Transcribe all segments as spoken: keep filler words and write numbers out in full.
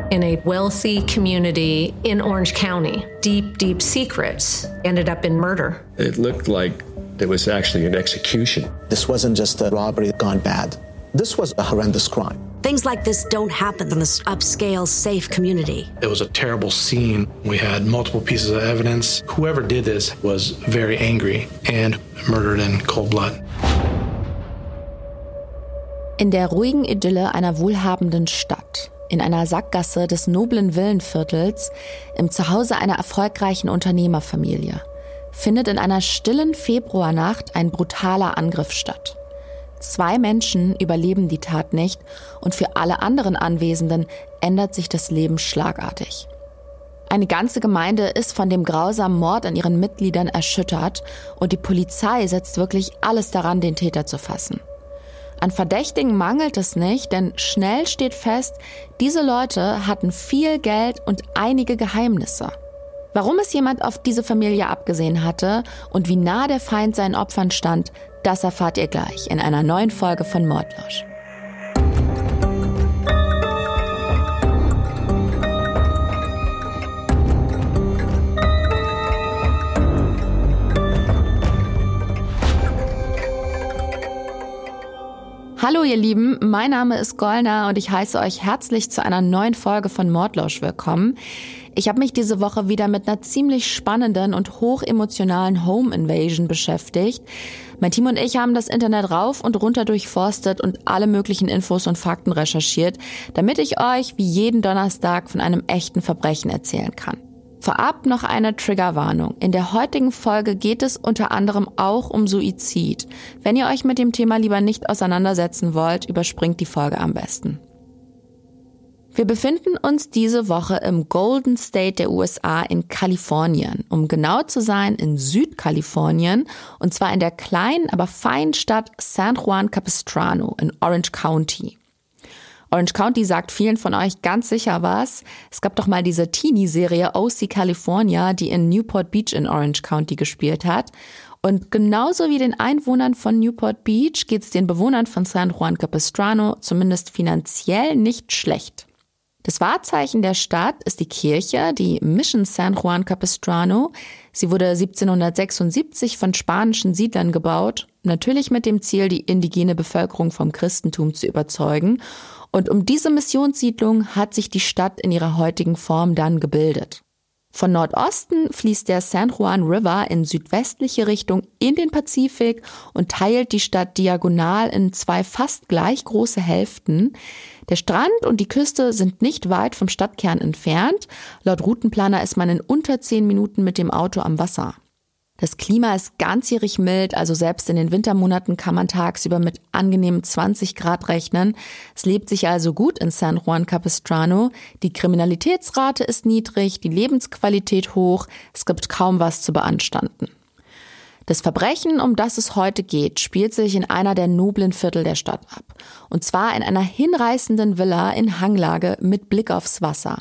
in a wealthy community in Orange County. Deep, deep secrets ended up in murder. It looked like there was actually an execution. This wasn't just a robbery gone bad. This was a horrendous crime. Things like this don't happen in this upscale, safe community. It was a terrible scene. We had multiple pieces of evidence. Whoever did this was very angry and murdered in cold blood. In der ruhigen Idylle einer wohlhabenden Stadt, in einer Sackgasse des noblen Villenviertels, im Zuhause einer erfolgreichen Unternehmerfamilie, findet in einer stillen Februarnacht ein brutaler Angriff statt. Zwei Menschen überleben die Tat nicht und für alle anderen Anwesenden ändert sich das Leben schlagartig. Eine ganze Gemeinde ist von dem grausamen Mord an ihren Mitgliedern erschüttert und die Polizei setzt wirklich alles daran, den Täter zu fassen. An Verdächtigen mangelt es nicht, denn schnell steht fest, diese Leute hatten viel Geld und einige Geheimnisse. Warum es jemand auf diese Familie abgesehen hatte und wie nah der Feind seinen Opfern stand, das erfahrt ihr gleich in einer neuen Folge von Mordlausch. Hallo ihr Lieben, mein Name ist Golna und ich heiße euch herzlich zu einer neuen Folge von Mordlausch willkommen. Ich habe mich diese Woche wieder mit einer ziemlich spannenden und hochemotionalen Home Invasion beschäftigt. Mein Team und ich haben das Internet rauf und runter durchforstet und alle möglichen Infos und Fakten recherchiert, damit ich euch wie jeden Donnerstag von einem echten Verbrechen erzählen kann. Vorab noch eine Triggerwarnung. In der heutigen Folge geht es unter anderem auch um Suizid. Wenn ihr euch mit dem Thema lieber nicht auseinandersetzen wollt, überspringt die Folge am besten. Wir befinden uns diese Woche im Golden State der U S A in Kalifornien. Um genau zu sein, in Südkalifornien, und zwar in der kleinen, aber feinen Stadt San Juan Capistrano in Orange County. Orange County sagt vielen von euch ganz sicher was. Es gab doch mal diese Teenie-Serie O C California, die in Newport Beach in Orange County gespielt hat. Und genauso wie den Einwohnern von Newport Beach geht es den Bewohnern von San Juan Capistrano zumindest finanziell nicht schlecht. Das Wahrzeichen der Stadt ist die Kirche, die Mission San Juan Capistrano. Sie wurde siebzehnhundertsechsundsiebzig von spanischen Siedlern gebaut, natürlich mit dem Ziel, die indigene Bevölkerung vom Christentum zu überzeugen. Und um diese Missionssiedlung hat sich die Stadt in ihrer heutigen Form dann gebildet. Von Nordosten fließt der San Juan River in südwestliche Richtung in den Pazifik und teilt die Stadt diagonal in zwei fast gleich große Hälften. Der Strand und die Küste sind nicht weit vom Stadtkern entfernt. Laut Routenplaner ist man in unter zehn Minuten mit dem Auto am Wasser. Das Klima ist ganzjährig mild, also selbst in den Wintermonaten kann man tagsüber mit angenehmen zwanzig Grad rechnen. Es lebt sich also gut in San Juan Capistrano. Die Kriminalitätsrate ist niedrig, die Lebensqualität hoch, es gibt kaum was zu beanstanden. Das Verbrechen, um das es heute geht, spielt sich in einer der noblen Viertel der Stadt ab. Und zwar in einer hinreißenden Villa in Hanglage mit Blick aufs Wasser.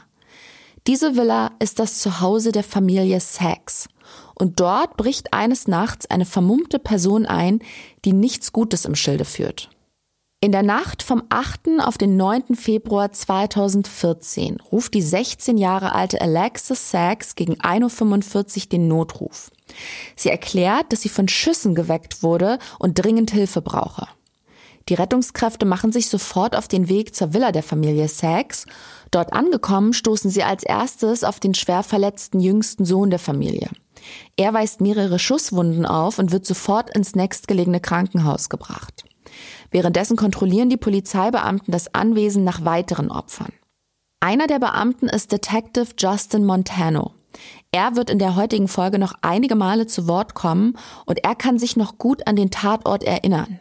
Diese Villa ist das Zuhause der Familie Sachs. Und dort bricht eines Nachts eine vermummte Person ein, die nichts Gutes im Schilde führt. In der Nacht vom achten auf den neunten Februar zweitausendvierzehn ruft die sechzehn Jahre alte Alexis Sachs gegen ein Uhr fünfundvierzig den Notruf. Sie erklärt, dass sie von Schüssen geweckt wurde und dringend Hilfe brauche. Die Rettungskräfte machen sich sofort auf den Weg zur Villa der Familie Sachs. Dort angekommen stoßen sie als erstes auf den schwer verletzten jüngsten Sohn der Familie. Er weist mehrere Schusswunden auf und wird sofort ins nächstgelegene Krankenhaus gebracht. Währenddessen kontrollieren die Polizeibeamten das Anwesen nach weiteren Opfern. Einer der Beamten ist Detective Justin Montano. Er wird in der heutigen Folge noch einige Male zu Wort kommen und er kann sich noch gut an den Tatort erinnern.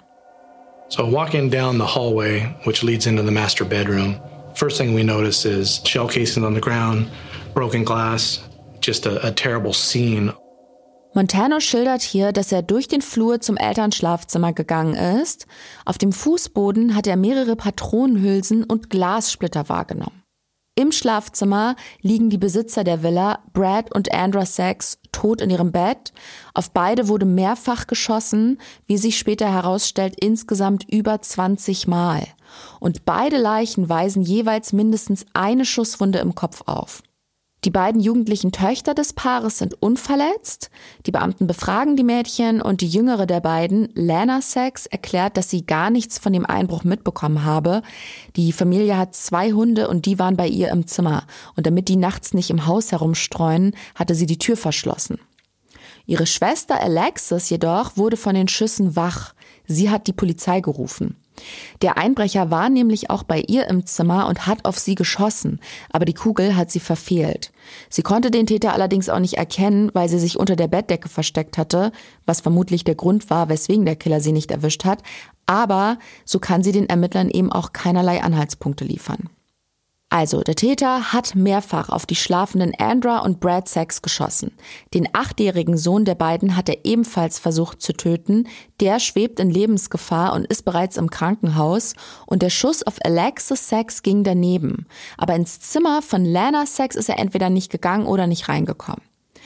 So walking down the hallway, which leads into the master bedroom, first thing we notice is shell casings on the ground, broken glass, just a, a terrible scene. Montano schildert hier, dass er durch den Flur zum Elternschlafzimmer gegangen ist. Auf dem Fußboden hat er mehrere Patronenhülsen und Glassplitter wahrgenommen. Im Schlafzimmer liegen die Besitzer der Villa, Brad und Andra Sachs, tot in ihrem Bett. Auf beide wurde mehrfach geschossen, wie sich später herausstellt, insgesamt über zwanzig Mal. Und beide Leichen weisen jeweils mindestens eine Schusswunde im Kopf auf. Die beiden jugendlichen Töchter des Paares sind unverletzt. Die Beamten befragen die Mädchen und die jüngere der beiden, Lana Sachs, erklärt, dass sie gar nichts von dem Einbruch mitbekommen habe. Die Familie hat zwei Hunde und die waren bei ihr im Zimmer. Und damit die nachts nicht im Haus herumstreuen, hatte sie die Tür verschlossen. Ihre Schwester Alexis jedoch wurde von den Schüssen wach. Sie hat die Polizei gerufen. Der Einbrecher war nämlich auch bei ihr im Zimmer und hat auf sie geschossen, aber die Kugel hat sie verfehlt. Sie konnte den Täter allerdings auch nicht erkennen, weil sie sich unter der Bettdecke versteckt hatte, was vermutlich der Grund war, weswegen der Killer sie nicht erwischt hat, aber so kann sie den Ermittlern eben auch keinerlei Anhaltspunkte liefern. Also, der Täter hat mehrfach auf die schlafenden Andra und Brad Sachs geschossen. Den achtjährigen Sohn der beiden hat er ebenfalls versucht zu töten. Der schwebt in Lebensgefahr und ist bereits im Krankenhaus. Und der Schuss auf Alexis Sachs ging daneben. Aber ins Zimmer von Lana Sachs ist er entweder nicht gegangen oder nicht reingekommen.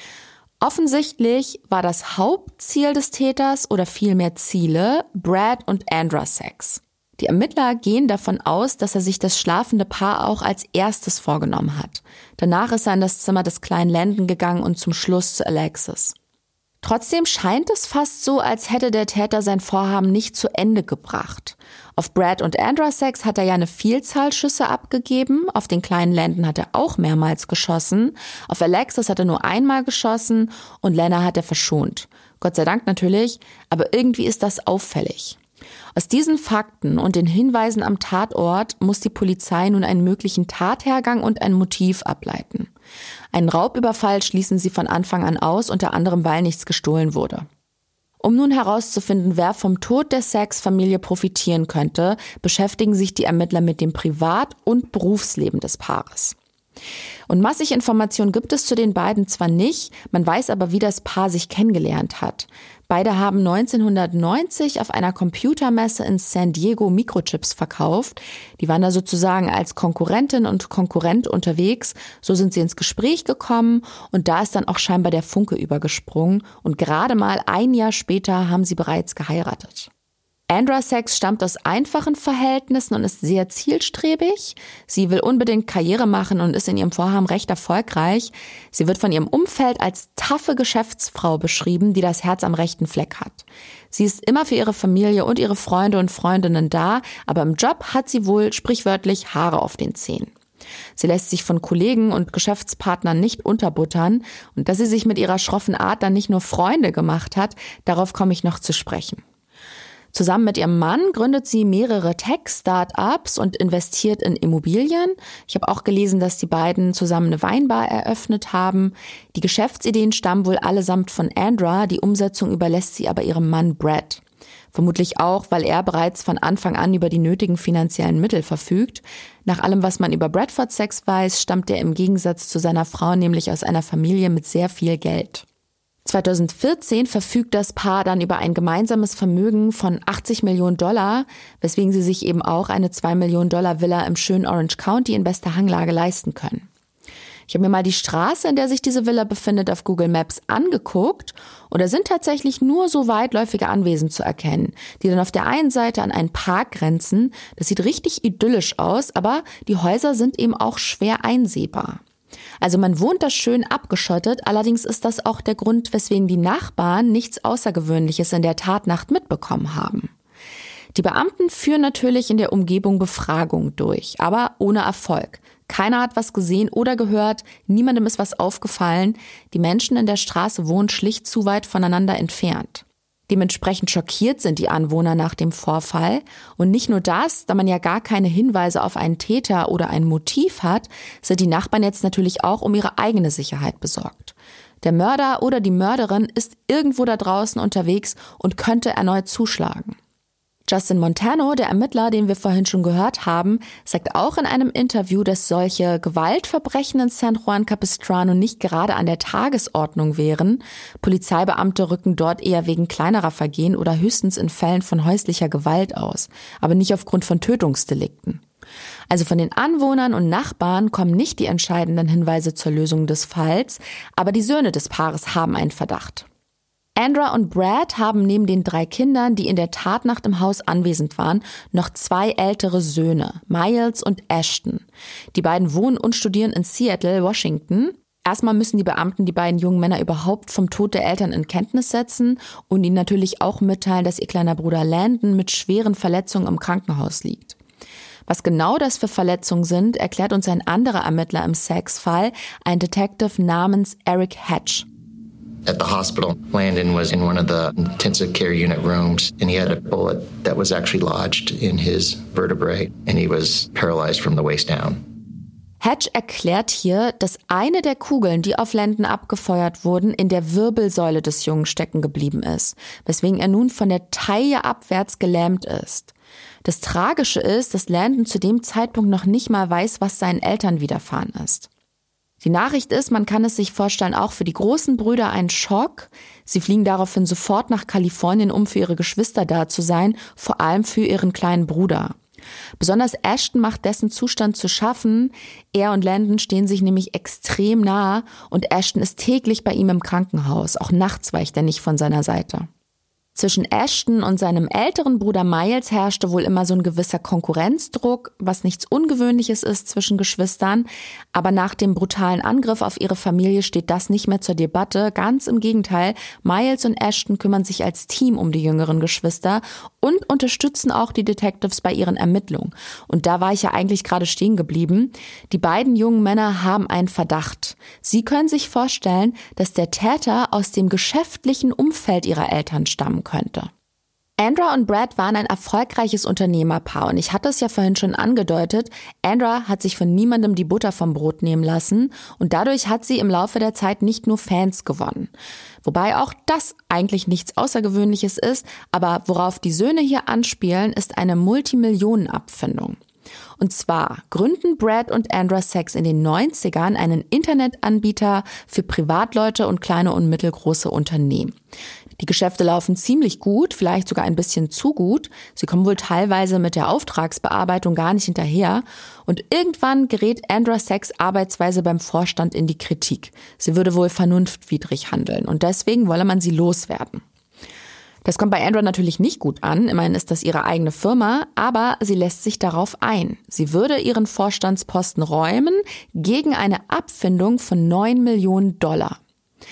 Offensichtlich war das Hauptziel des Täters oder vielmehr Ziele Brad und Andra Sachs. Die Ermittler gehen davon aus, dass er sich das schlafende Paar auch als erstes vorgenommen hat. Danach ist er in das Zimmer des kleinen Landon gegangen und zum Schluss zu Alexis. Trotzdem scheint es fast so, als hätte der Täter sein Vorhaben nicht zu Ende gebracht. Auf Brad und Andra Sachs hat er ja eine Vielzahl Schüsse abgegeben, auf den kleinen Landon hat er auch mehrmals geschossen, auf Alexis hat er nur einmal geschossen und Lana hat er verschont. Gott sei Dank natürlich, aber irgendwie ist das auffällig. Aus diesen Fakten und den Hinweisen am Tatort muss die Polizei nun einen möglichen Tathergang und ein Motiv ableiten. Einen Raubüberfall schließen sie von Anfang an aus, unter anderem weil nichts gestohlen wurde. Um nun herauszufinden, wer vom Tod der Sachs-Familie profitieren könnte, beschäftigen sich die Ermittler mit dem Privat- und Berufsleben des Paares. Und massig Informationen gibt es zu den beiden zwar nicht, man weiß aber, wie das Paar sich kennengelernt hat. Beide haben neunzehnhundertneunzig auf einer Computermesse in San Diego Mikrochips verkauft. Die waren da sozusagen als Konkurrentin und Konkurrent unterwegs. So sind sie ins Gespräch gekommen und da ist dann auch scheinbar der Funke übergesprungen. Und gerade mal ein Jahr später haben sie bereits geheiratet. Andra Sachs stammt aus einfachen Verhältnissen und ist sehr zielstrebig. Sie will unbedingt Karriere machen und ist in ihrem Vorhaben recht erfolgreich. Sie wird von ihrem Umfeld als taffe Geschäftsfrau beschrieben, die das Herz am rechten Fleck hat. Sie ist immer für ihre Familie und ihre Freunde und Freundinnen da, aber im Job hat sie wohl sprichwörtlich Haare auf den Zähnen. Sie lässt sich von Kollegen und Geschäftspartnern nicht unterbuttern und dass sie sich mit ihrer schroffen Art dann nicht nur Freunde gemacht hat, darauf komme ich noch zu sprechen. Zusammen mit ihrem Mann gründet sie mehrere Tech-Startups und investiert in Immobilien. Ich habe auch gelesen, dass die beiden zusammen eine Weinbar eröffnet haben. Die Geschäftsideen stammen wohl allesamt von Andra, die Umsetzung überlässt sie aber ihrem Mann Brad. Vermutlich auch, weil er bereits von Anfang an über die nötigen finanziellen Mittel verfügt. Nach allem, was man über Bradford Sachs weiß, stammt er im Gegensatz zu seiner Frau nämlich aus einer Familie mit sehr viel Geld. zweitausendvierzehn verfügt das Paar dann über ein gemeinsames Vermögen von achtzig Millionen Dollar, weswegen sie sich eben auch eine zwei Millionen Dollar Villa im schönen Orange County in bester Hanglage leisten können. Ich habe mir mal die Straße, in der sich diese Villa befindet, auf Google Maps angeguckt und da sind tatsächlich nur so weitläufige Anwesen zu erkennen, die dann auf der einen Seite an einen Park grenzen. Das sieht richtig idyllisch aus, aber die Häuser sind eben auch schwer einsehbar. Also man wohnt da schön abgeschottet, allerdings ist das auch der Grund, weswegen die Nachbarn nichts Außergewöhnliches in der Tatnacht mitbekommen haben. Die Beamten führen natürlich in der Umgebung Befragungen durch, aber ohne Erfolg. Keiner hat was gesehen oder gehört, niemandem ist was aufgefallen. Die Menschen in der Straße wohnen schlicht zu weit voneinander entfernt. Dementsprechend schockiert sind die Anwohner nach dem Vorfall. Und nicht nur das, da man ja gar keine Hinweise auf einen Täter oder ein Motiv hat, sind die Nachbarn jetzt natürlich auch um ihre eigene Sicherheit besorgt. Der Mörder oder die Mörderin ist irgendwo da draußen unterwegs und könnte erneut zuschlagen. Justin Montano, der Ermittler, den wir vorhin schon gehört haben, sagt auch in einem Interview, dass solche Gewaltverbrechen in San Juan Capistrano nicht gerade an der Tagesordnung wären. Polizeibeamte rücken dort eher wegen kleinerer Vergehen oder höchstens in Fällen von häuslicher Gewalt aus, aber nicht aufgrund von Tötungsdelikten. Also von den Anwohnern und Nachbarn kommen nicht die entscheidenden Hinweise zur Lösung des Falls, aber die Söhne des Paares haben einen Verdacht. Andra und Brad haben neben den drei Kindern, die in der Tatnacht im Haus anwesend waren, noch zwei ältere Söhne, Miles und Ashton. Die beiden wohnen und studieren in Seattle, Washington. Erstmal müssen die Beamten die beiden jungen Männer überhaupt vom Tod der Eltern in Kenntnis setzen und ihnen natürlich auch mitteilen, dass ihr kleiner Bruder Landon mit schweren Verletzungen im Krankenhaus liegt. Was genau das für Verletzungen sind, erklärt uns ein anderer Ermittler im Sachs-Fall, ein Detective namens Eric Hatch. At the hospital, Landon was in one of the intensive care unit rooms, and he had a bullet that was actually lodged in his vertebrae, and he was paralyzed from the waist down. Hatch erklärt hier, dass eine der Kugeln, die auf Landon abgefeuert wurden, in der Wirbelsäule des Jungen stecken geblieben ist, weswegen er nun von der Taille abwärts gelähmt ist. Das Tragische ist, dass Landon zu dem Zeitpunkt noch nicht mal weiß, was seinen Eltern widerfahren ist. Die Nachricht ist, man kann es sich vorstellen, auch für die großen Brüder ein Schock. Sie fliegen daraufhin sofort nach Kalifornien, um für ihre Geschwister da zu sein, vor allem für ihren kleinen Bruder. Besonders Ashton macht dessen Zustand zu schaffen. Er und Landon stehen sich nämlich extrem nah und Ashton ist täglich bei ihm im Krankenhaus. Auch nachts weicht er nicht von seiner Seite. Zwischen Ashton und seinem älteren Bruder Miles herrschte wohl immer so ein gewisser Konkurrenzdruck, was nichts Ungewöhnliches ist zwischen Geschwistern. Aber nach dem brutalen Angriff auf ihre Familie steht das nicht mehr zur Debatte. Ganz im Gegenteil, Miles und Ashton kümmern sich als Team um die jüngeren Geschwister und unterstützen auch die Detectives bei ihren Ermittlungen. Und da war ich ja eigentlich gerade stehen geblieben. Die beiden jungen Männer haben einen Verdacht. Sie können sich vorstellen, dass der Täter aus dem geschäftlichen Umfeld ihrer Eltern stammen könnte. Andra und Brad waren ein erfolgreiches Unternehmerpaar und ich hatte es ja vorhin schon angedeutet, Andra hat sich von niemandem die Butter vom Brot nehmen lassen und dadurch hat sie im Laufe der Zeit nicht nur Fans gewonnen. Wobei auch das eigentlich nichts Außergewöhnliches ist, aber worauf die Söhne hier anspielen, ist eine Multimillionenabfindung. Und zwar gründen Brad und Andra Sachs in den neunzigern einen Internetanbieter für Privatleute und kleine und mittelgroße Unternehmen. Die Geschäfte laufen ziemlich gut, vielleicht sogar ein bisschen zu gut. Sie kommen wohl teilweise mit der Auftragsbearbeitung gar nicht hinterher. Und irgendwann gerät Andra Sachs Arbeitsweise beim Vorstand in die Kritik. Sie würde wohl vernunftwidrig handeln und deswegen wolle man sie loswerden. Das kommt bei Andra natürlich nicht gut an, immerhin ist das ihre eigene Firma, aber sie lässt sich darauf ein. Sie würde ihren Vorstandsposten räumen gegen eine Abfindung von neun Millionen Dollar.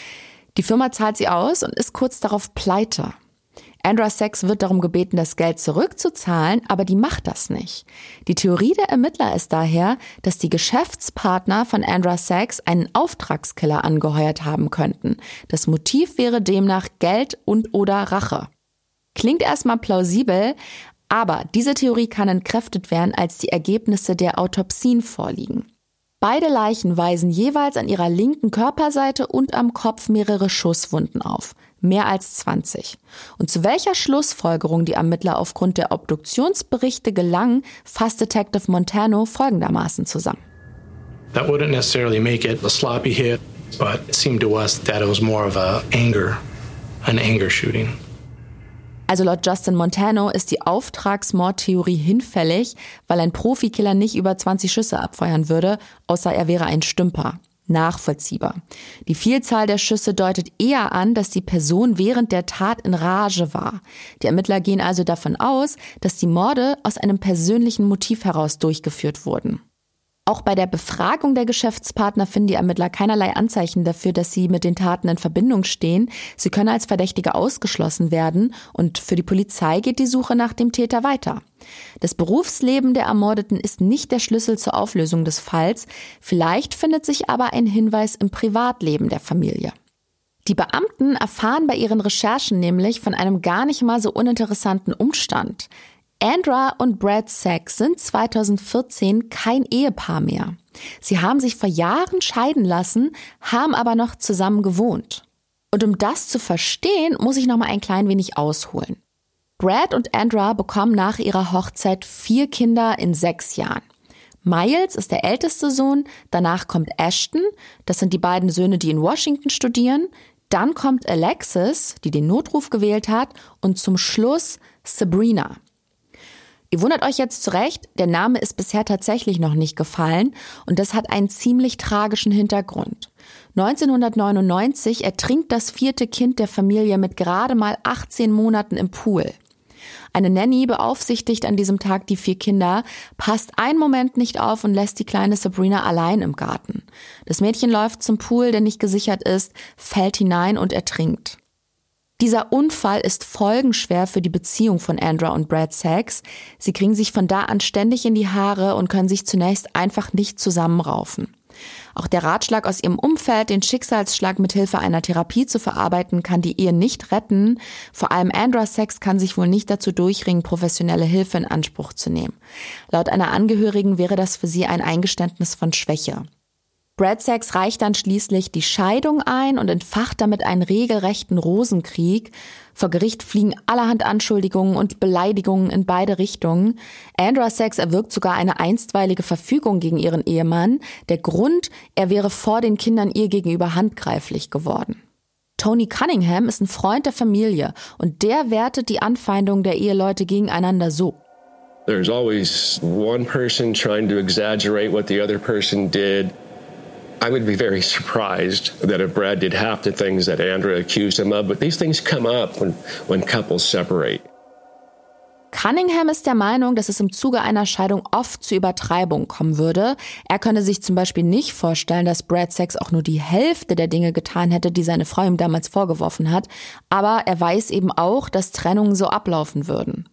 Die Firma zahlt sie aus und ist kurz darauf pleite. Andra Sachs wird darum gebeten, das Geld zurückzuzahlen, aber die macht das nicht. Die Theorie der Ermittler ist daher, dass die Geschäftspartner von Andra Sachs einen Auftragskiller angeheuert haben könnten. Das Motiv wäre demnach Geld und oder Rache. Klingt erstmal plausibel, aber diese Theorie kann entkräftet werden, als die Ergebnisse der Autopsien vorliegen. Beide Leichen weisen jeweils an ihrer linken Körperseite und am Kopf mehrere Schusswunden auf. Mehr als zwanzig. Und zu welcher Schlussfolgerung die Ermittler aufgrund der Obduktionsberichte gelangen, fasst Detective Montano folgendermaßen zusammen. That wouldn't necessarily make it a sloppy hit, but it seemed to us that it was more of a anger, an anger shooting. Also laut Justin Montano ist die Auftragsmordtheorie hinfällig, weil ein Profikiller nicht über zwanzig Schüsse abfeuern würde, außer er wäre ein Stümper. Nachvollziehbar. Die Vielzahl der Schüsse deutet eher an, dass die Person während der Tat in Rage war. Die Ermittler gehen also davon aus, dass die Morde aus einem persönlichen Motiv heraus durchgeführt wurden. Auch bei der Befragung der Geschäftspartner finden die Ermittler keinerlei Anzeichen dafür, dass sie mit den Taten in Verbindung stehen. Sie können als Verdächtige ausgeschlossen werden und für die Polizei geht die Suche nach dem Täter weiter. Das Berufsleben der Ermordeten ist nicht der Schlüssel zur Auflösung des Falls. Vielleicht findet sich aber ein Hinweis im Privatleben der Familie. Die Beamten erfahren bei ihren Recherchen nämlich von einem gar nicht mal so uninteressanten Umstand. Andra und Brad Sachs sind zweitausendvierzehn kein Ehepaar mehr. Sie haben sich vor Jahren scheiden lassen, haben aber noch zusammen gewohnt. Und um das zu verstehen, muss ich noch mal ein klein wenig ausholen. Brad und Andra bekommen nach ihrer Hochzeit vier Kinder in sechs Jahren. Miles ist der älteste Sohn, danach kommt Ashton, das sind die beiden Söhne, die in Washington studieren, dann kommt Alexis, die den Notruf gewählt hat, und zum Schluss Sabrina. Ihr wundert euch jetzt zu Recht, der Name ist bisher tatsächlich noch nicht gefallen und das hat einen ziemlich tragischen Hintergrund. neunzehnhundertneunundneunzig ertrinkt das vierte Kind der Familie mit gerade mal achtzehn Monaten im Pool. Eine Nanny beaufsichtigt an diesem Tag die vier Kinder, passt einen Moment nicht auf und lässt die kleine Sabrina allein im Garten. Das Mädchen läuft zum Pool, der nicht gesichert ist, fällt hinein und ertrinkt. Dieser Unfall ist folgenschwer für die Beziehung von Andra und Brad Sachs. Sie kriegen sich von da an ständig in die Haare und können sich zunächst einfach nicht zusammenraufen. Auch der Ratschlag aus ihrem Umfeld, den Schicksalsschlag mit Hilfe einer Therapie zu verarbeiten, kann die Ehe nicht retten. Vor allem Andra Sachs kann sich wohl nicht dazu durchringen, professionelle Hilfe in Anspruch zu nehmen. Laut einer Angehörigen wäre das für sie ein Eingeständnis von Schwäche. Brad Sachs reicht dann schließlich die Scheidung ein und entfacht damit einen regelrechten Rosenkrieg. Vor Gericht fliegen allerhand Anschuldigungen und Beleidigungen in beide Richtungen. Andra Sachs erwirkt sogar eine einstweilige Verfügung gegen ihren Ehemann. Der Grund, er wäre vor den Kindern ihr gegenüber handgreiflich geworden. Tony Cunningham ist ein Freund der Familie und der wertet die Anfeindungen der Eheleute gegeneinander so. There's always one person trying to exaggerate what the other person did. I would be very surprised that if Brad did half the things that Andra accused him of, but these things come up when, when couples separate. Cunningham ist der Meinung, dass es im Zuge einer Scheidung oft zu Übertreibungen kommen würde. Er könne sich zum Beispiel nicht vorstellen, dass Brad Sachs auch nur die Hälfte der Dinge getan hätte, die seine Frau ihm damals vorgeworfen hat. Aber er weiß eben auch, dass Trennungen so ablaufen würden.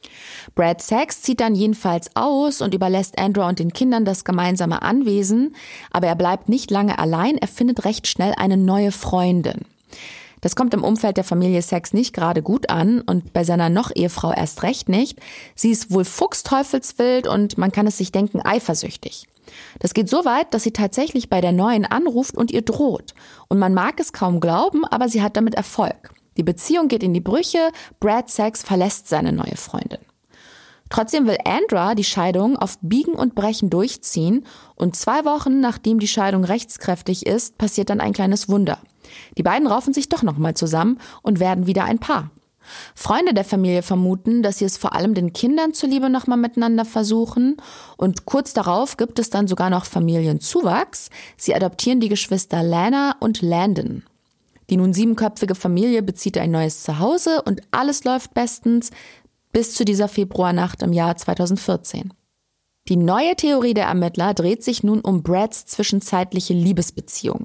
Brad Sachs zieht dann jedenfalls aus und überlässt Andra und den Kindern das gemeinsame Anwesen, aber er bleibt nicht lange allein, er findet recht schnell eine neue Freundin. Das kommt im Umfeld der Familie Sachs nicht gerade gut an und bei seiner Noch-Ehefrau erst recht nicht. Sie ist wohl fuchsteufelswild und man kann es sich denken, eifersüchtig. Das geht so weit, dass sie tatsächlich bei der Neuen anruft und ihr droht. Und man mag es kaum glauben, aber sie hat damit Erfolg. Die Beziehung geht in die Brüche, Brad Sachs verlässt seine neue Freundin. Trotzdem will Andra die Scheidung auf Biegen und Brechen durchziehen und zwei Wochen nachdem die Scheidung rechtskräftig ist, passiert dann ein kleines Wunder. Die beiden raufen sich doch nochmal zusammen und werden wieder ein Paar. Freunde der Familie vermuten, dass sie es vor allem den Kindern zuliebe nochmal miteinander versuchen und kurz darauf gibt es dann sogar noch Familienzuwachs. Sie adoptieren die Geschwister Lana und Landon. Die nun siebenköpfige Familie bezieht ein neues Zuhause und alles läuft bestens, bis zu dieser Februarnacht im Jahr zweitausendvierzehn. Die neue Theorie der Ermittler dreht sich nun um Brads zwischenzeitliche Liebesbeziehung.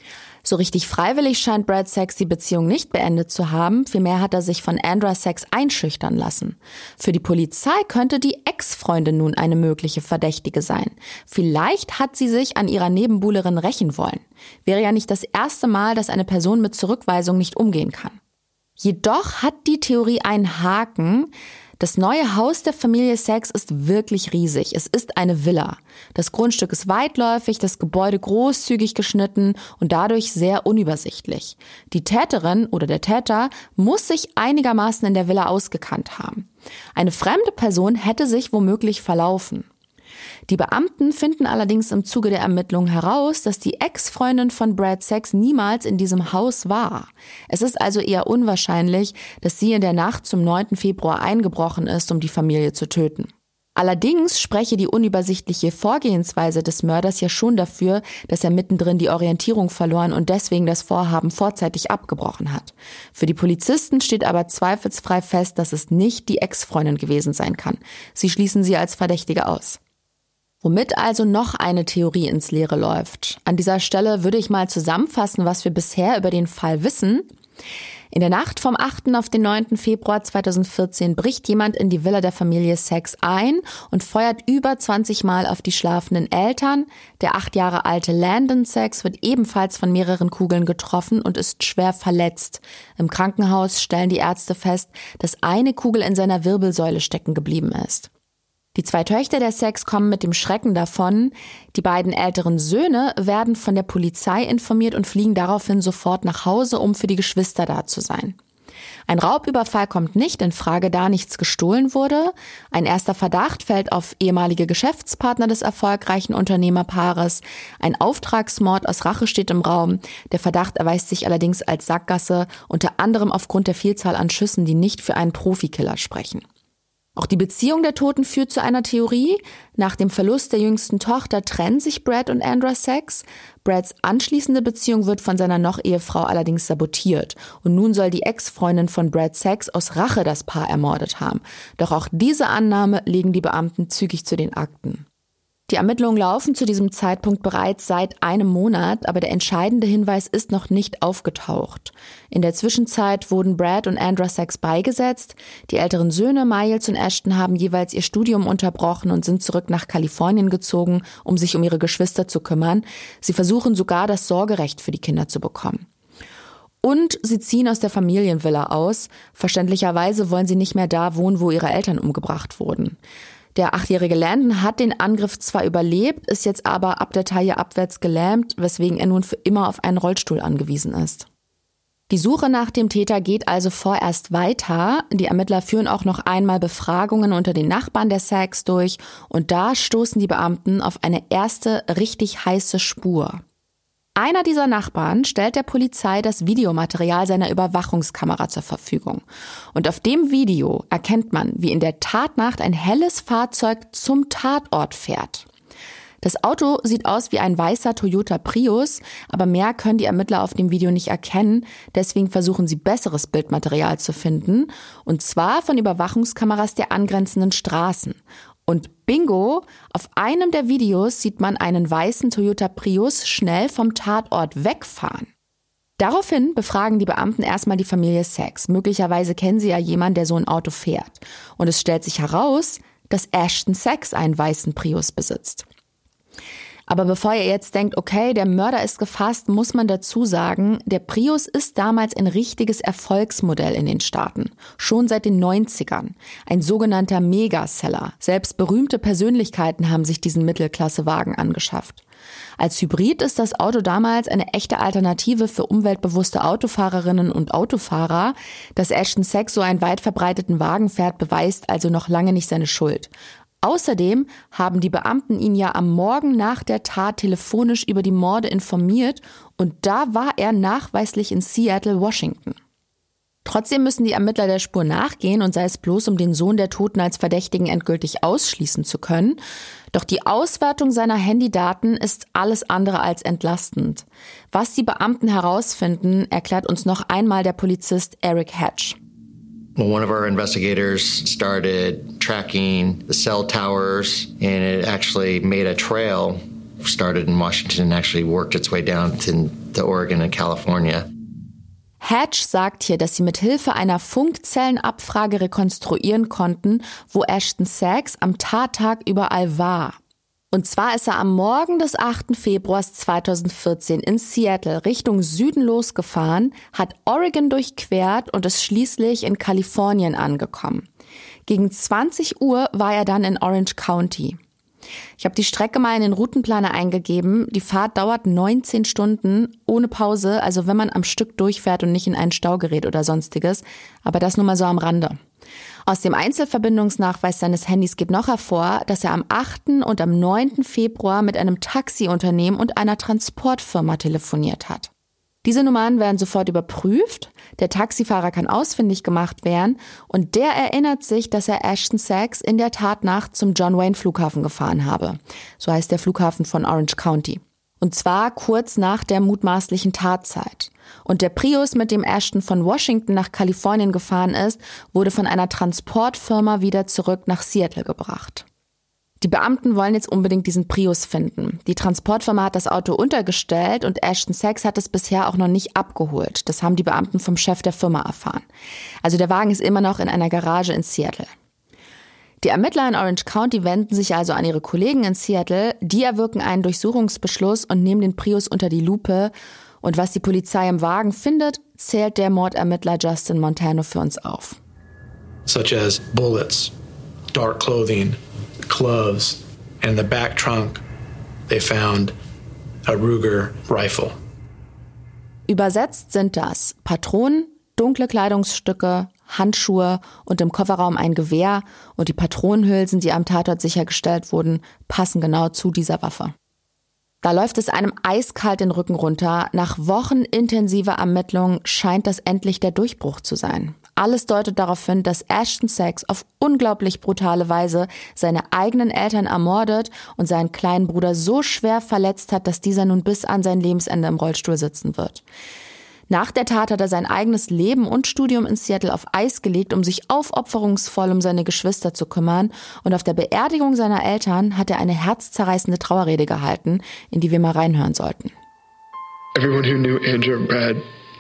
So richtig freiwillig scheint Brad Sachs die Beziehung nicht beendet zu haben, vielmehr hat er sich von Andra Sachs einschüchtern lassen. Für die Polizei könnte die Ex-Freundin nun eine mögliche Verdächtige sein. Vielleicht hat sie sich an ihrer Nebenbuhlerin rächen wollen. Wäre ja nicht das erste Mal, dass eine Person mit Zurückweisung nicht umgehen kann. Jedoch hat die Theorie einen Haken. Das neue Haus der Familie Sachs ist wirklich riesig. Es ist eine Villa. Das Grundstück ist weitläufig, das Gebäude großzügig geschnitten und dadurch sehr unübersichtlich. Die Täterin oder der Täter muss sich einigermaßen in der Villa ausgekannt haben. Eine fremde Person hätte sich womöglich verlaufen. Die Beamten finden allerdings im Zuge der Ermittlungen heraus, dass die Ex-Freundin von Brad Sachs niemals in diesem Haus war. Es ist also eher unwahrscheinlich, dass sie in der Nacht zum neunten Februar eingebrochen ist, um die Familie zu töten. Allerdings spreche die unübersichtliche Vorgehensweise des Mörders ja schon dafür, dass er mittendrin die Orientierung verloren und deswegen das Vorhaben vorzeitig abgebrochen hat. Für die Polizisten steht aber zweifelsfrei fest, dass es nicht die Ex-Freundin gewesen sein kann. Sie schließen sie als Verdächtige aus. Womit also noch eine Theorie ins Leere läuft. An dieser Stelle würde ich mal zusammenfassen, was wir bisher über den Fall wissen. In der Nacht vom achten auf den neunten Februar zweitausendvierzehn bricht jemand in die Villa der Familie Sachs ein und feuert über zwanzig Mal auf die schlafenden Eltern. Der acht Jahre alte Landon Sachs wird ebenfalls von mehreren Kugeln getroffen und ist schwer verletzt. Im Krankenhaus stellen die Ärzte fest, dass eine Kugel in seiner Wirbelsäule stecken geblieben ist. Die zwei Töchter der Sachs kommen mit dem Schrecken davon. Die beiden älteren Söhne werden von der Polizei informiert und fliegen daraufhin sofort nach Hause, um für die Geschwister da zu sein. Ein Raubüberfall kommt nicht in Frage, da nichts gestohlen wurde. Ein erster Verdacht fällt auf ehemalige Geschäftspartner des erfolgreichen Unternehmerpaares. Ein Auftragsmord aus Rache steht im Raum. Der Verdacht erweist sich allerdings als Sackgasse, unter anderem aufgrund der Vielzahl an Schüssen, die nicht für einen Profikiller sprechen. Auch die Beziehung der Toten führt zu einer Theorie. Nach dem Verlust der jüngsten Tochter trennen sich Brad und Andra Sachs. Brads anschließende Beziehung wird von seiner Noch-Ehefrau allerdings sabotiert. Und nun soll die Ex-Freundin von Brad Sachs aus Rache das Paar ermordet haben. Doch auch diese Annahme legen die Beamten zügig zu den Akten. Die Ermittlungen laufen zu diesem Zeitpunkt bereits seit einem Monat, aber der entscheidende Hinweis ist noch nicht aufgetaucht. In der Zwischenzeit wurden Brad und Andra Sachs beigesetzt. Die älteren Söhne Miles und Ashton haben jeweils ihr Studium unterbrochen und sind zurück nach Kalifornien gezogen, um sich um ihre Geschwister zu kümmern. Sie versuchen sogar, das Sorgerecht für die Kinder zu bekommen. Und sie ziehen aus der Familienvilla aus. Verständlicherweise wollen sie nicht mehr da wohnen, wo ihre Eltern umgebracht wurden. Der achtjährige Landon hat den Angriff zwar überlebt, ist jetzt aber ab der Taille abwärts gelähmt, weswegen er nun für immer auf einen Rollstuhl angewiesen ist. Die Suche nach dem Täter geht also vorerst weiter. Die Ermittler führen auch noch einmal Befragungen unter den Nachbarn der Sachs durch und da stoßen die Beamten auf eine erste richtig heiße Spur. Einer dieser Nachbarn stellt der Polizei das Videomaterial seiner Überwachungskamera zur Verfügung. Und auf dem Video erkennt man, wie in der Tatnacht ein helles Fahrzeug zum Tatort fährt. Das Auto sieht aus wie ein weißer Toyota Prius, aber mehr können die Ermittler auf dem Video nicht erkennen. Deswegen versuchen sie, besseres Bildmaterial zu finden. Und zwar von Überwachungskameras der angrenzenden Straßen. Und bingo, auf einem der Videos sieht man einen weißen Toyota Prius schnell vom Tatort wegfahren. Daraufhin befragen die Beamten erstmal die Familie Sachs. Möglicherweise kennen sie ja jemanden, der so ein Auto fährt. Und es stellt sich heraus, dass Ashton Sachs einen weißen Prius besitzt. Aber bevor ihr jetzt denkt, okay, der Mörder ist gefasst, muss man dazu sagen, der Prius ist damals ein richtiges Erfolgsmodell in den Staaten. Schon seit den neunzigern. Ein sogenannter Megaseller. Selbst berühmte Persönlichkeiten haben sich diesen Mittelklassewagen angeschafft. Als Hybrid ist das Auto damals eine echte Alternative für umweltbewusste Autofahrerinnen und Autofahrer. Dass Ashton Sachs so einen weit verbreiteten Wagen fährt, beweist also noch lange nicht seine Schuld. Außerdem haben die Beamten ihn ja am Morgen nach der Tat telefonisch über die Morde informiert und da war er nachweislich in Seattle, Washington. Trotzdem müssen die Ermittler der Spur nachgehen und sei es bloß, um den Sohn der Toten als Verdächtigen endgültig ausschließen zu können. Doch die Auswertung seiner Handydaten ist alles andere als entlastend. Was die Beamten herausfinden, erklärt uns noch einmal der Polizist Eric Hatch. Well, one of our investigators started tracking the cell towers, and it actually made a trail, started in Washington and actually worked its way down to, to Oregon and California. Hatch sagt hier, dass sie mit Hilfe einer Funkzellenabfrage rekonstruieren konnten, wo Ashton Sachs am Tattag überall war. Und zwar ist er am Morgen des achten Februars zweitausendvierzehn in Seattle Richtung Süden losgefahren, hat Oregon durchquert und ist schließlich in Kalifornien angekommen. Gegen zwanzig Uhr war er dann in Orange County. Ich habe die Strecke mal in den Routenplaner eingegeben. Die Fahrt dauert neunzehn Stunden ohne Pause, also wenn man am Stück durchfährt und nicht in einen Stau gerät oder sonstiges. Aber das nur mal so am Rande. Aus dem Einzelverbindungsnachweis seines Handys geht noch hervor, dass er am achten und am neunten Februar mit einem Taxiunternehmen und einer Transportfirma telefoniert hat. Diese Nummern werden sofort überprüft, der Taxifahrer kann ausfindig gemacht werden und der erinnert sich, dass er Ashton Sachs in der Tatnacht zum John Wayne Flughafen gefahren habe. So heißt der Flughafen von Orange County. Und zwar kurz nach der mutmaßlichen Tatzeit. Und der Prius, mit dem Ashton von Washington nach Kalifornien gefahren ist, wurde von einer Transportfirma wieder zurück nach Seattle gebracht. Die Beamten wollen jetzt unbedingt diesen Prius finden. Die Transportfirma hat das Auto untergestellt und Ashton Sachs hat es bisher auch noch nicht abgeholt. Das haben die Beamten vom Chef der Firma erfahren. Also der Wagen ist immer noch in einer Garage in Seattle. Die Ermittler in Orange County wenden sich also an ihre Kollegen in Seattle. Die erwirken einen Durchsuchungsbeschluss und nehmen den Prius unter die Lupe. Und was die Polizei im Wagen findet, zählt der Mordermittler Justin Montano für uns auf. Such as bullets, dark clothing, gloves, and in the back trunk they found a Ruger rifle. Übersetzt sind das Patronen, dunkle Kleidungsstücke, Handschuhe und im Kofferraum ein Gewehr und die Patronenhülsen, die am Tatort sichergestellt wurden, passen genau zu dieser Waffe. Da läuft es einem eiskalt den Rücken runter. Nach Wochen intensiver Ermittlungen scheint das endlich der Durchbruch zu sein. alles deutet darauf hin, dass Ashton Sachs auf unglaublich brutale Weise seine eigenen Eltern ermordet und seinen kleinen Bruder so schwer verletzt hat, dass dieser nun bis an sein Lebensende im Rollstuhl sitzen wird. Nach der Tat hat er sein eigenes Leben und Studium in Seattle auf Eis gelegt, um sich aufopferungsvoll um seine Geschwister zu kümmern. Und auf der Beerdigung seiner Eltern hat er eine herzzerreißende Trauerrede gehalten, in die wir mal reinhören sollten. Everyone who knew Andrew and Brad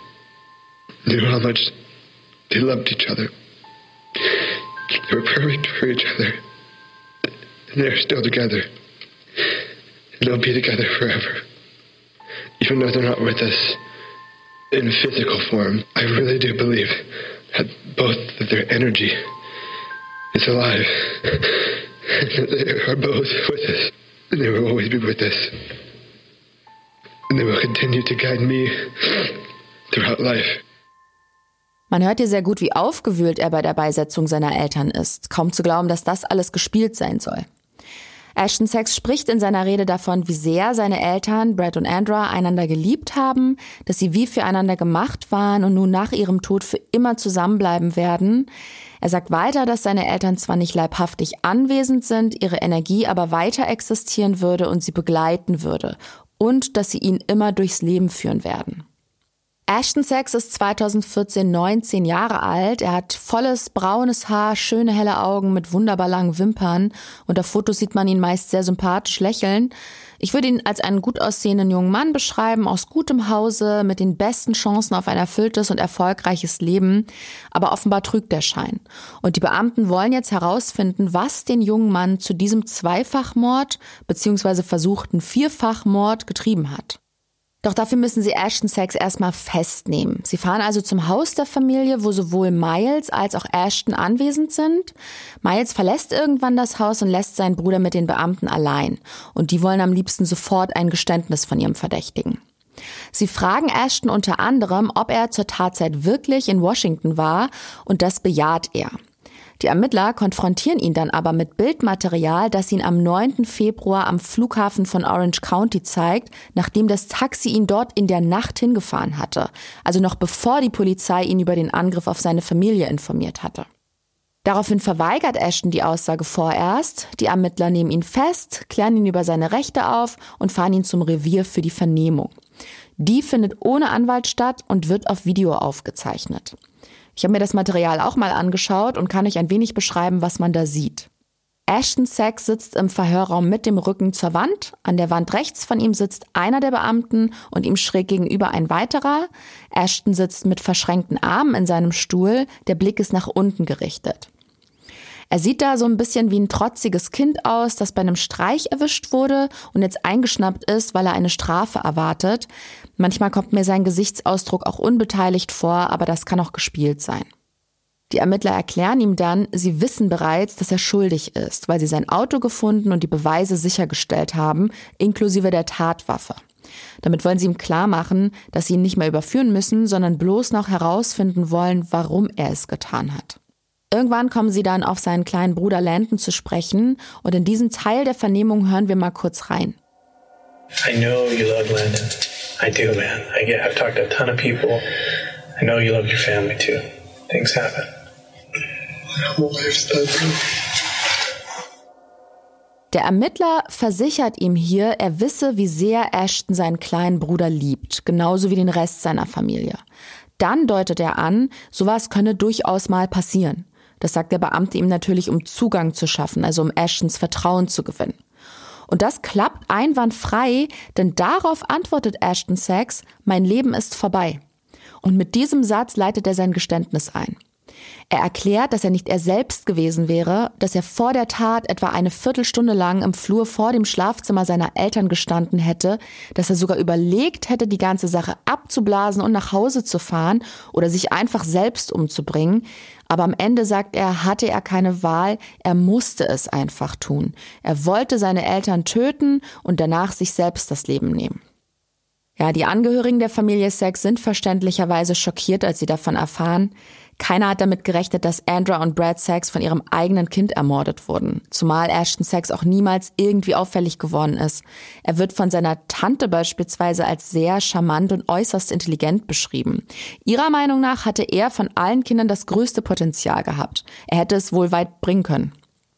knew how much they loved each other. They were perfect for each other. And they're still together. And they'll be together forever. Even though they're not with us in physical form, I really do believe that both of their energy is alive. And they are both with us. And they will always be with us. And they will continue to guide me throughout life. Man hört hier sehr gut, wie aufgewühlt er bei der Beisetzung seiner Eltern ist. Kaum zu glauben, dass das alles gespielt sein soll. Ashton Sachs spricht in seiner Rede davon, wie sehr seine Eltern, Brad und Andra, einander geliebt haben, dass sie wie füreinander gemacht waren und nun nach ihrem Tod für immer zusammenbleiben werden. Er sagt weiter, dass seine Eltern zwar nicht leibhaftig anwesend sind, ihre Energie aber weiter existieren würde und sie begleiten würde und dass sie ihn immer durchs Leben führen werden. Ashton Sachs ist zweitausendvierzehn neunzehn Jahre alt. Er hat volles braunes Haar, schöne helle Augen mit wunderbar langen Wimpern. Und auf Fotos sieht man ihn meist sehr sympathisch lächeln. Ich würde ihn als einen gut aussehenden jungen Mann beschreiben, aus gutem Hause, mit den besten Chancen auf ein erfülltes und erfolgreiches Leben. Aber offenbar trügt der Schein. Und die Beamten wollen jetzt herausfinden, was den jungen Mann zu diesem Zweifachmord bzw. versuchten Vierfachmord getrieben hat. Doch dafür müssen sie Ashton Sachs erstmal festnehmen. Sie fahren also zum Haus der Familie, wo sowohl Miles als auch Ashton anwesend sind. Miles verlässt irgendwann das Haus und lässt seinen Bruder mit den Beamten allein. Und die wollen am liebsten sofort ein Geständnis von ihrem Verdächtigen. Sie fragen Ashton unter anderem, ob er zur Tatzeit wirklich in Washington war, und das bejaht er. Die Ermittler konfrontieren ihn dann aber mit Bildmaterial, das ihn am neunten Februar am Flughafen von Orange County zeigt, nachdem das Taxi ihn dort in der Nacht hingefahren hatte, also noch bevor die Polizei ihn über den Angriff auf seine Familie informiert hatte. Daraufhin verweigert Ashton die Aussage vorerst. Die Ermittler nehmen ihn fest, klären ihn über seine Rechte auf und fahren ihn zum Revier für die Vernehmung. Die findet ohne Anwalt statt und wird auf Video aufgezeichnet. Ich habe mir das Material auch mal angeschaut und kann euch ein wenig beschreiben, was man da sieht. Ashton Sachs sitzt im Verhörraum mit dem Rücken zur Wand. An der Wand rechts von ihm sitzt einer der Beamten und ihm schräg gegenüber ein weiterer. Ashton sitzt mit verschränkten Armen in seinem Stuhl, der Blick ist nach unten gerichtet. Er sieht da so ein bisschen wie ein trotziges Kind aus, das bei einem Streich erwischt wurde und jetzt eingeschnappt ist, weil er eine Strafe erwartet. Manchmal kommt mir sein Gesichtsausdruck auch unbeteiligt vor, aber das kann auch gespielt sein. Die Ermittler erklären ihm dann, sie wissen bereits, dass er schuldig ist, weil sie sein Auto gefunden und die Beweise sichergestellt haben, inklusive der Tatwaffe. Damit wollen sie ihm klar machen, dass sie ihn nicht mehr überführen müssen, sondern bloß noch herausfinden wollen, warum er es getan hat. Irgendwann kommen sie dann auf seinen kleinen Bruder Landon zu sprechen und in diesen Teil der Vernehmung hören wir mal kurz rein. I know you love Landon. I do, man. I get, I've talked to a ton of people. I know you love your family too. Things happen. My whole life's done. Der Ermittler versichert ihm hier, er wisse, wie sehr Ashton seinen kleinen Bruder liebt, genauso wie den Rest seiner Familie. Dann deutet er an, sowas könne durchaus mal passieren. Das sagt der Beamte ihm natürlich, um Zugang zu schaffen, also um Ashtons Vertrauen zu gewinnen. Und das klappt einwandfrei, denn darauf antwortet Ashton Sachs, mein Leben ist vorbei. Und mit diesem Satz leitet er sein Geständnis ein. Er erklärt, dass er nicht er selbst gewesen wäre, dass er vor der Tat etwa eine Viertelstunde lang im Flur vor dem Schlafzimmer seiner Eltern gestanden hätte, dass er sogar überlegt hätte, die ganze Sache abzublasen und nach Hause zu fahren oder sich einfach selbst umzubringen. Aber am Ende, sagt er, hatte er keine Wahl, er musste es einfach tun. Er wollte seine Eltern töten und danach sich selbst das Leben nehmen. Ja, die Angehörigen der Familie Sachs sind verständlicherweise schockiert, als sie davon erfahren. Keiner hat damit gerechnet, dass Andra und Brad Sachs von ihrem eigenen Kind ermordet wurden. Zumal Ashton Sachs auch niemals irgendwie auffällig geworden ist. Er wird von seiner Tante beispielsweise als sehr charmant und äußerst intelligent beschrieben. Ihrer Meinung nach hatte er von allen Kindern das größte Potenzial gehabt. Er hätte es wohl weit bringen können.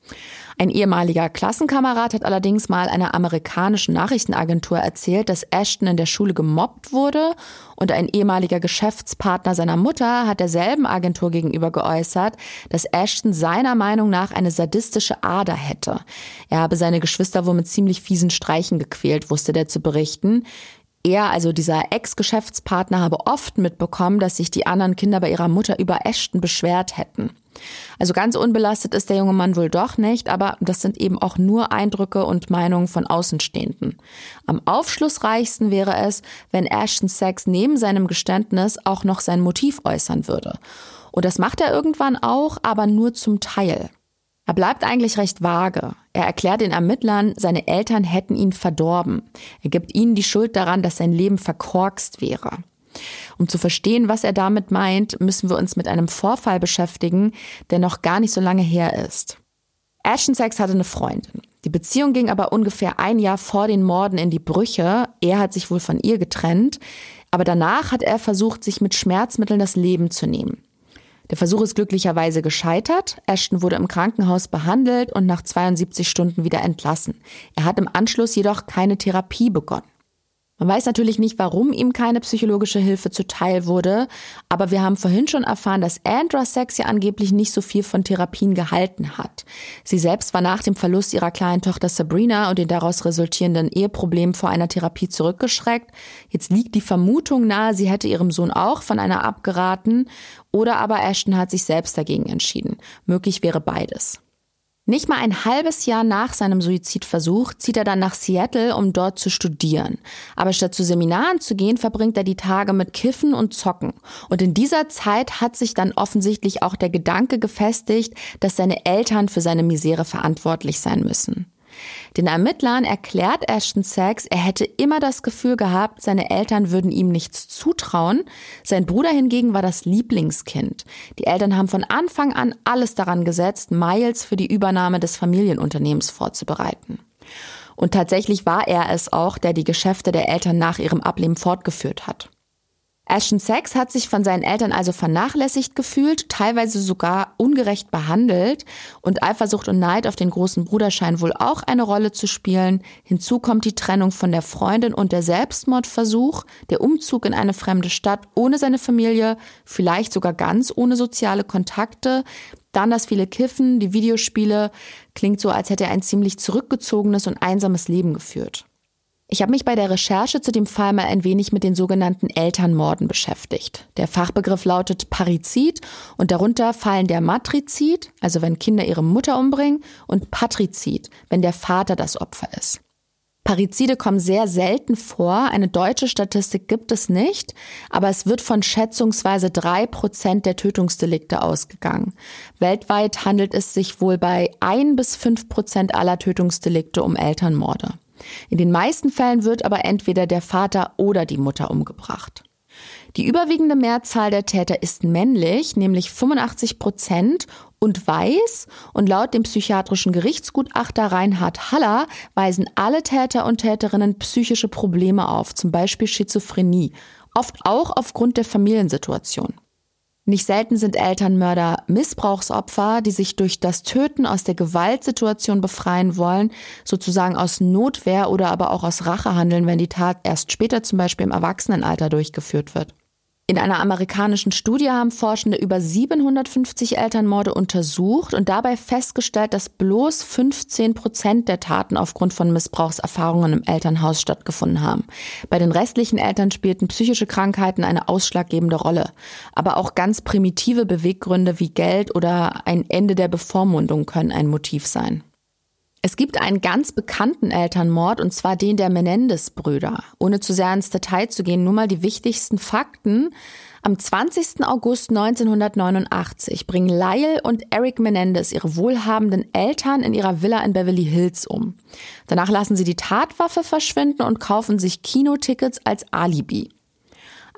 Ein ehemaliger Klassenkamerad hat allerdings mal einer amerikanischen Nachrichtenagentur erzählt, dass Ashton in der Schule gemobbt wurde, und ein ehemaliger Geschäftspartner seiner Mutter hat derselben Agentur gegenüber geäußert, dass Ashton seiner Meinung nach eine sadistische Ader hätte. Er habe seine Geschwister wohl mit ziemlich fiesen Streichen gequält, wusste der zu berichten. Er, also dieser Ex-Geschäftspartner, habe oft mitbekommen, dass sich die anderen Kinder bei ihrer Mutter über Ashton beschwert hätten. Also ganz unbelastet ist der junge Mann wohl doch nicht, aber das sind eben auch nur Eindrücke und Meinungen von Außenstehenden. Am aufschlussreichsten wäre es, wenn Ashton Sachs neben seinem Geständnis auch noch sein Motiv äußern würde. Und das macht er irgendwann auch, aber nur zum Teil. Er bleibt eigentlich recht vage. Er erklärt den Ermittlern, seine Eltern hätten ihn verdorben. Er gibt ihnen die Schuld daran, dass sein Leben verkorkst wäre. Um zu verstehen, was er damit meint, müssen wir uns mit einem Vorfall beschäftigen, der noch gar nicht so lange her ist. Ashton Sachs hatte eine Freundin. Die Beziehung ging aber ungefähr ein Jahr vor den Morden in die Brüche. Er hat sich wohl von ihr getrennt, aber danach hat er versucht, sich mit Schmerzmitteln das Leben zu nehmen. Der Versuch ist glücklicherweise gescheitert. Ashton wurde im Krankenhaus behandelt und nach zweiundsiebzig Stunden wieder entlassen. Er hat im Anschluss jedoch keine Therapie begonnen. Man weiß natürlich nicht, warum ihm keine psychologische Hilfe zuteil wurde, aber wir haben vorhin schon erfahren, dass Andra Sachs ja angeblich nicht so viel von Therapien gehalten hat. Sie selbst war nach dem Verlust ihrer kleinen Tochter Sabrina und den daraus resultierenden Eheproblemen vor einer Therapie zurückgeschreckt. Jetzt liegt die Vermutung nahe, sie hätte ihrem Sohn auch von einer abgeraten, oder aber Ashton hat sich selbst dagegen entschieden. Möglich wäre beides. Nicht mal ein halbes Jahr nach seinem Suizidversuch zieht er dann nach Seattle, um dort zu studieren. Aber statt zu Seminaren zu gehen, verbringt er die Tage mit Kiffen und Zocken. Und in dieser Zeit hat sich dann offensichtlich auch der Gedanke gefestigt, dass seine Eltern für seine Misere verantwortlich sein müssen. Den Ermittlern erklärt Ashton Sachs, er hätte immer das Gefühl gehabt, seine Eltern würden ihm nichts zutrauen. Sein Bruder hingegen war das Lieblingskind. Die Eltern haben von Anfang an alles daran gesetzt, Miles für die Übernahme des Familienunternehmens vorzubereiten. Und tatsächlich war er es auch, der die Geschäfte der Eltern nach ihrem Ableben fortgeführt hat. Ashton Sachs hat sich von seinen Eltern also vernachlässigt gefühlt, teilweise sogar ungerecht behandelt, und Eifersucht und Neid auf den großen Bruder scheinen wohl auch eine Rolle zu spielen. Hinzu kommt die Trennung von der Freundin und der Selbstmordversuch, der Umzug in eine fremde Stadt ohne seine Familie, vielleicht sogar ganz ohne soziale Kontakte, dann das viele Kiffen, die Videospiele. Klingt so, als hätte er ein ziemlich zurückgezogenes und einsames Leben geführt. Ich habe mich bei der Recherche zu dem Fall mal ein wenig mit den sogenannten Elternmorden beschäftigt. Der Fachbegriff lautet Parizid und darunter fallen der Matrizid, also wenn Kinder ihre Mutter umbringen, und Patrizid, wenn der Vater das Opfer ist. Parizide kommen sehr selten vor, eine deutsche Statistik gibt es nicht, aber es wird von schätzungsweise drei Prozent der Tötungsdelikte ausgegangen. Weltweit handelt es sich wohl bei ein bis fünf Prozent aller Tötungsdelikte um Elternmorde. In den meisten Fällen wird aber entweder der Vater oder die Mutter umgebracht. Die überwiegende Mehrzahl der Täter ist männlich, nämlich fünfundachtzig Prozent, und weiß, und laut dem psychiatrischen Gerichtsgutachter Reinhard Haller weisen alle Täter und Täterinnen psychische Probleme auf, zum Beispiel Schizophrenie, oft auch aufgrund der Familiensituation. Nicht selten sind Elternmörder Missbrauchsopfer, die sich durch das Töten aus der Gewaltsituation befreien wollen, sozusagen aus Notwehr oder aber auch aus Rachehandeln, wenn die Tat erst später zum Beispiel im Erwachsenenalter durchgeführt wird. In einer amerikanischen Studie haben Forschende über siebenhundertfünfzig Elternmorde untersucht und dabei festgestellt, dass bloß fünfzehn Prozent der Taten aufgrund von Missbrauchserfahrungen im Elternhaus stattgefunden haben. Bei den restlichen Eltern spielten psychische Krankheiten eine ausschlaggebende Rolle. Aber auch ganz primitive Beweggründe wie Geld oder ein Ende der Bevormundung können ein Motiv sein. Es gibt einen ganz bekannten Elternmord, und zwar den der Menendez-Brüder. Ohne zu sehr ins Detail zu gehen, nur mal die wichtigsten Fakten. Am zwanzigsten August neunzehnhundertneunundachtzig bringen Lyle und Eric Menendez ihre wohlhabenden Eltern in ihrer Villa in Beverly Hills um. Danach lassen sie die Tatwaffe verschwinden und kaufen sich Kinotickets als Alibi.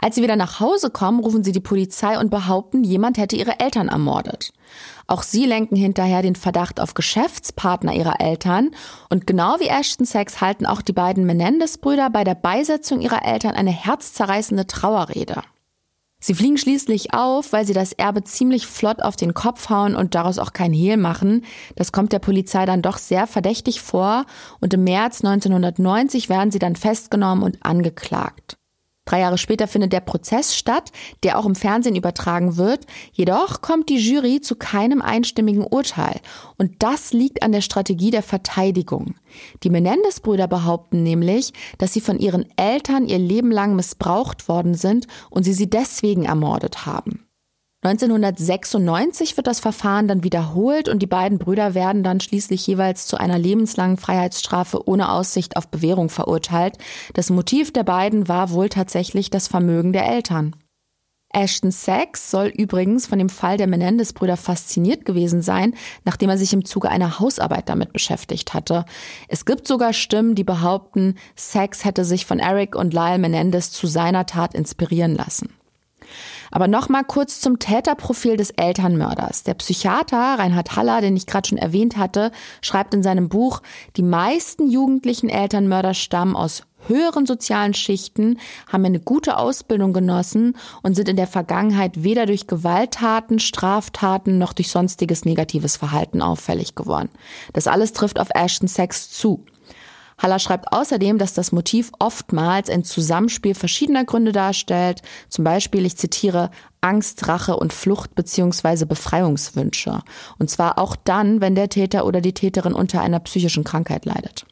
Als sie wieder nach Hause kommen, rufen sie die Polizei und behaupten, jemand hätte ihre Eltern ermordet. Auch sie lenken hinterher den Verdacht auf Geschäftspartner ihrer Eltern. Und genau wie Ashton Sachs halten auch die beiden Menendez-Brüder bei der Beisetzung ihrer Eltern eine herzzerreißende Trauerrede. Sie fliegen schließlich auf, weil sie das Erbe ziemlich flott auf den Kopf hauen und daraus auch kein Hehl machen. Das kommt der Polizei dann doch sehr verdächtig vor und im März neunzehnhundertneunzig werden sie dann festgenommen und angeklagt. Drei Jahre später findet der Prozess statt, der auch im Fernsehen übertragen wird. Jedoch kommt die Jury zu keinem einstimmigen Urteil. Und das liegt an der Strategie der Verteidigung. Die Menendez-Brüder behaupten nämlich, dass sie von ihren Eltern ihr Leben lang missbraucht worden sind und sie sie deswegen ermordet haben. neunzehnhundertsechsundneunzig wird das Verfahren dann wiederholt und die beiden Brüder werden dann schließlich jeweils zu einer lebenslangen Freiheitsstrafe ohne Aussicht auf Bewährung verurteilt. Das Motiv der beiden war wohl tatsächlich das Vermögen der Eltern. Ashton Sachs soll übrigens von dem Fall der Menendez-Brüder fasziniert gewesen sein, nachdem er sich im Zuge einer Hausarbeit damit beschäftigt hatte. Es gibt sogar Stimmen, die behaupten, Sachs hätte sich von Eric und Lyle Menendez zu seiner Tat inspirieren lassen. Aber nochmal kurz zum Täterprofil des Elternmörders. Der Psychiater Reinhard Haller, den ich gerade schon erwähnt hatte, schreibt in seinem Buch, die meisten jugendlichen Elternmörder stammen aus höheren sozialen Schichten, haben eine gute Ausbildung genossen und sind in der Vergangenheit weder durch Gewalttaten, Straftaten noch durch sonstiges negatives Verhalten auffällig geworden. Das alles trifft auf Ashton Sachs zu. Haller schreibt außerdem, dass das Motiv oftmals ein Zusammenspiel verschiedener Gründe darstellt, zum Beispiel, ich zitiere, Angst, Rache und Flucht bzw. Befreiungswünsche. Und zwar auch dann, wenn der Täter oder die Täterin unter einer psychischen Krankheit leidet.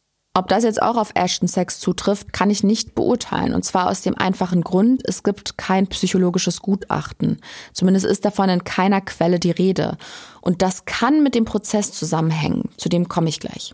Ob das jetzt auch auf Ashton Sachs zutrifft, kann ich nicht beurteilen. Und zwar aus dem einfachen Grund, es gibt kein psychologisches Gutachten. Zumindest ist davon in keiner Quelle die Rede. Und das kann mit dem Prozess zusammenhängen. Zu dem komme ich gleich.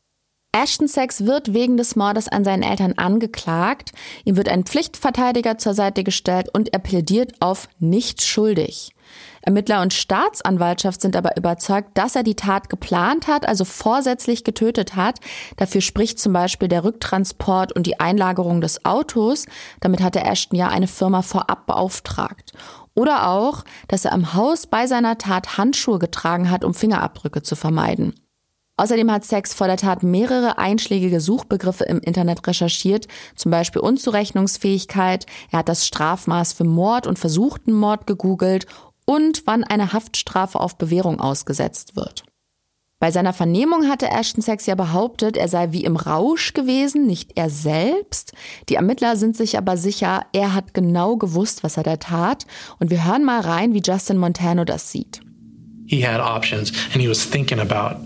Ashton Sachs wird wegen des Mordes an seinen Eltern angeklagt. Ihm wird ein Pflichtverteidiger zur Seite gestellt und er plädiert auf nicht schuldig. Ermittler und Staatsanwaltschaft sind aber überzeugt, dass er die Tat geplant hat, also vorsätzlich getötet hat. Dafür spricht zum Beispiel der Rücktransport und die Einlagerung des Autos. Damit hatte Ashton ja eine Firma vorab beauftragt. Oder auch, dass er im Haus bei seiner Tat Handschuhe getragen hat, um Fingerabdrücke zu vermeiden. Außerdem hat Sachs vor der Tat mehrere einschlägige Suchbegriffe im Internet recherchiert, zum Beispiel Unzurechnungsfähigkeit, er hat das Strafmaß für Mord und versuchten Mord gegoogelt und wann eine Haftstrafe auf Bewährung ausgesetzt wird. Bei seiner Vernehmung hatte Ashton Sachs ja behauptet, er sei wie im Rausch gewesen, nicht er selbst. Die Ermittler sind sich aber sicher, er hat genau gewusst, was er da tat. Und wir hören mal rein, wie Justin Montano das sieht. He had options and he was thinking about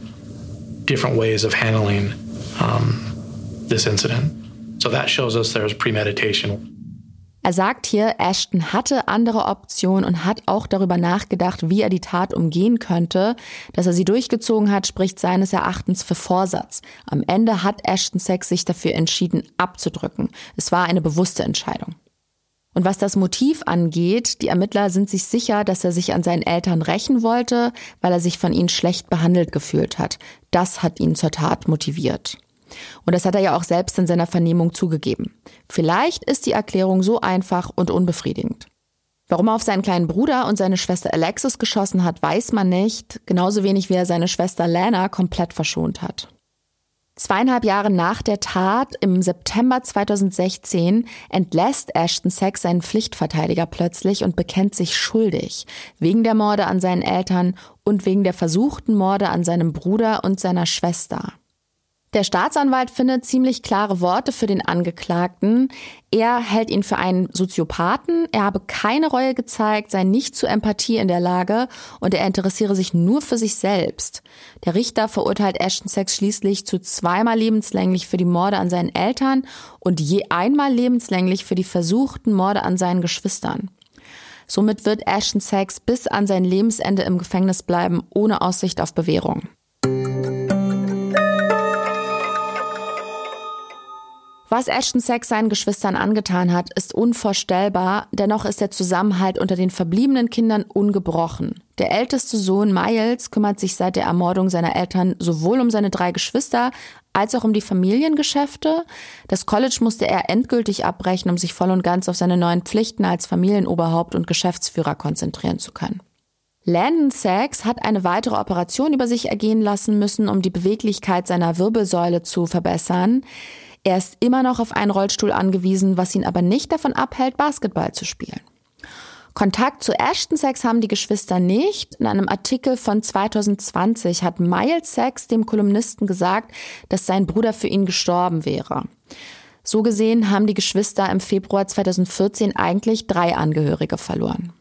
different ways of handling um, this incident. So that shows us there's premeditation. Er sagt hier, Ashton hatte andere Optionen und hat auch darüber nachgedacht, wie er die Tat umgehen könnte. Dass er sie durchgezogen hat, spricht seines Erachtens für Vorsatz. Am Ende hat Ashton Sachs sich dafür entschieden, abzudrücken. Es war eine bewusste Entscheidung. Und was das Motiv angeht, die Ermittler sind sich sicher, dass er sich an seinen Eltern rächen wollte, weil er sich von ihnen schlecht behandelt gefühlt hat. Das hat ihn zur Tat motiviert. Und das hat er ja auch selbst in seiner Vernehmung zugegeben. Vielleicht ist die Erklärung so einfach und unbefriedigend. Warum er auf seinen kleinen Bruder und seine Schwester Alexis geschossen hat, weiß man nicht. Genauso wenig wie er seine Schwester Lana komplett verschont hat. Zweieinhalb Jahre nach der Tat, im September zweitausendsechzehn, entlässt Ashton Sachs seinen Pflichtverteidiger plötzlich und bekennt sich schuldig. Wegen der Morde an seinen Eltern und wegen der versuchten Morde an seinem Bruder und seiner Schwester. Der Staatsanwalt findet ziemlich klare Worte für den Angeklagten. Er hält ihn für einen Soziopathen, er habe keine Reue gezeigt, sei nicht zu Empathie in der Lage und er interessiere sich nur für sich selbst. Der Richter verurteilt Ashton Sachs schließlich zu zweimal lebenslänglich für die Morde an seinen Eltern und je einmal lebenslänglich für die versuchten Morde an seinen Geschwistern. Somit wird Ashton Sachs bis an sein Lebensende im Gefängnis bleiben, ohne Aussicht auf Bewährung. Was Ashton Sachs seinen Geschwistern angetan hat, ist unvorstellbar. Dennoch ist der Zusammenhalt unter den verbliebenen Kindern ungebrochen. Der älteste Sohn Miles kümmert sich seit der Ermordung seiner Eltern sowohl um seine drei Geschwister als auch um die Familiengeschäfte. Das College musste er endgültig abbrechen, um sich voll und ganz auf seine neuen Pflichten als Familienoberhaupt und Geschäftsführer konzentrieren zu können. Landon Sachs hat eine weitere Operation über sich ergehen lassen müssen, um die Beweglichkeit seiner Wirbelsäule zu verbessern. Er ist immer noch auf einen Rollstuhl angewiesen, was ihn aber nicht davon abhält, Basketball zu spielen. Kontakt zu Ashton Sachs haben die Geschwister nicht. In einem Artikel von zwanzig zwanzig hat Miles Sachs dem Kolumnisten gesagt, dass sein Bruder für ihn gestorben wäre. So gesehen haben die Geschwister im Februar zwanzig vierzehn eigentlich drei Angehörige verloren.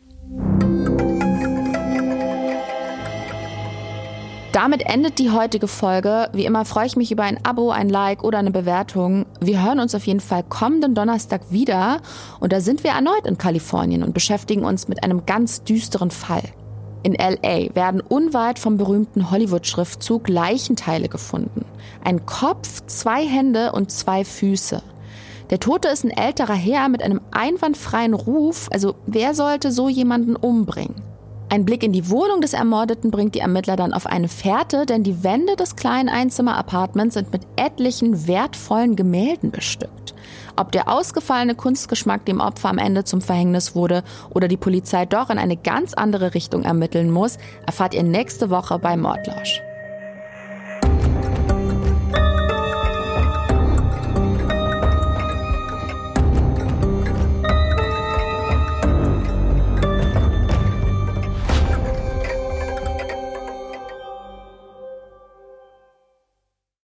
Damit endet die heutige Folge. Wie immer freue ich mich über ein Abo, ein Like oder eine Bewertung. Wir hören uns auf jeden Fall kommenden Donnerstag wieder. Und da sind wir erneut in Kalifornien und beschäftigen uns mit einem ganz düsteren Fall. In L A werden unweit vom berühmten Hollywood-Schriftzug Leichenteile gefunden. Ein Kopf, zwei Hände und zwei Füße. Der Tote ist ein älterer Herr mit einem einwandfreien Ruf. Also wer sollte so jemanden umbringen? Ein Blick in die Wohnung des Ermordeten bringt die Ermittler dann auf eine Fährte, denn die Wände des kleinen Einzimmer-Apartments sind mit etlichen wertvollen Gemälden bestückt. Ob der ausgefallene Kunstgeschmack dem Opfer am Ende zum Verhängnis wurde oder die Polizei doch in eine ganz andere Richtung ermitteln muss, erfahrt ihr nächste Woche bei Mordlausch.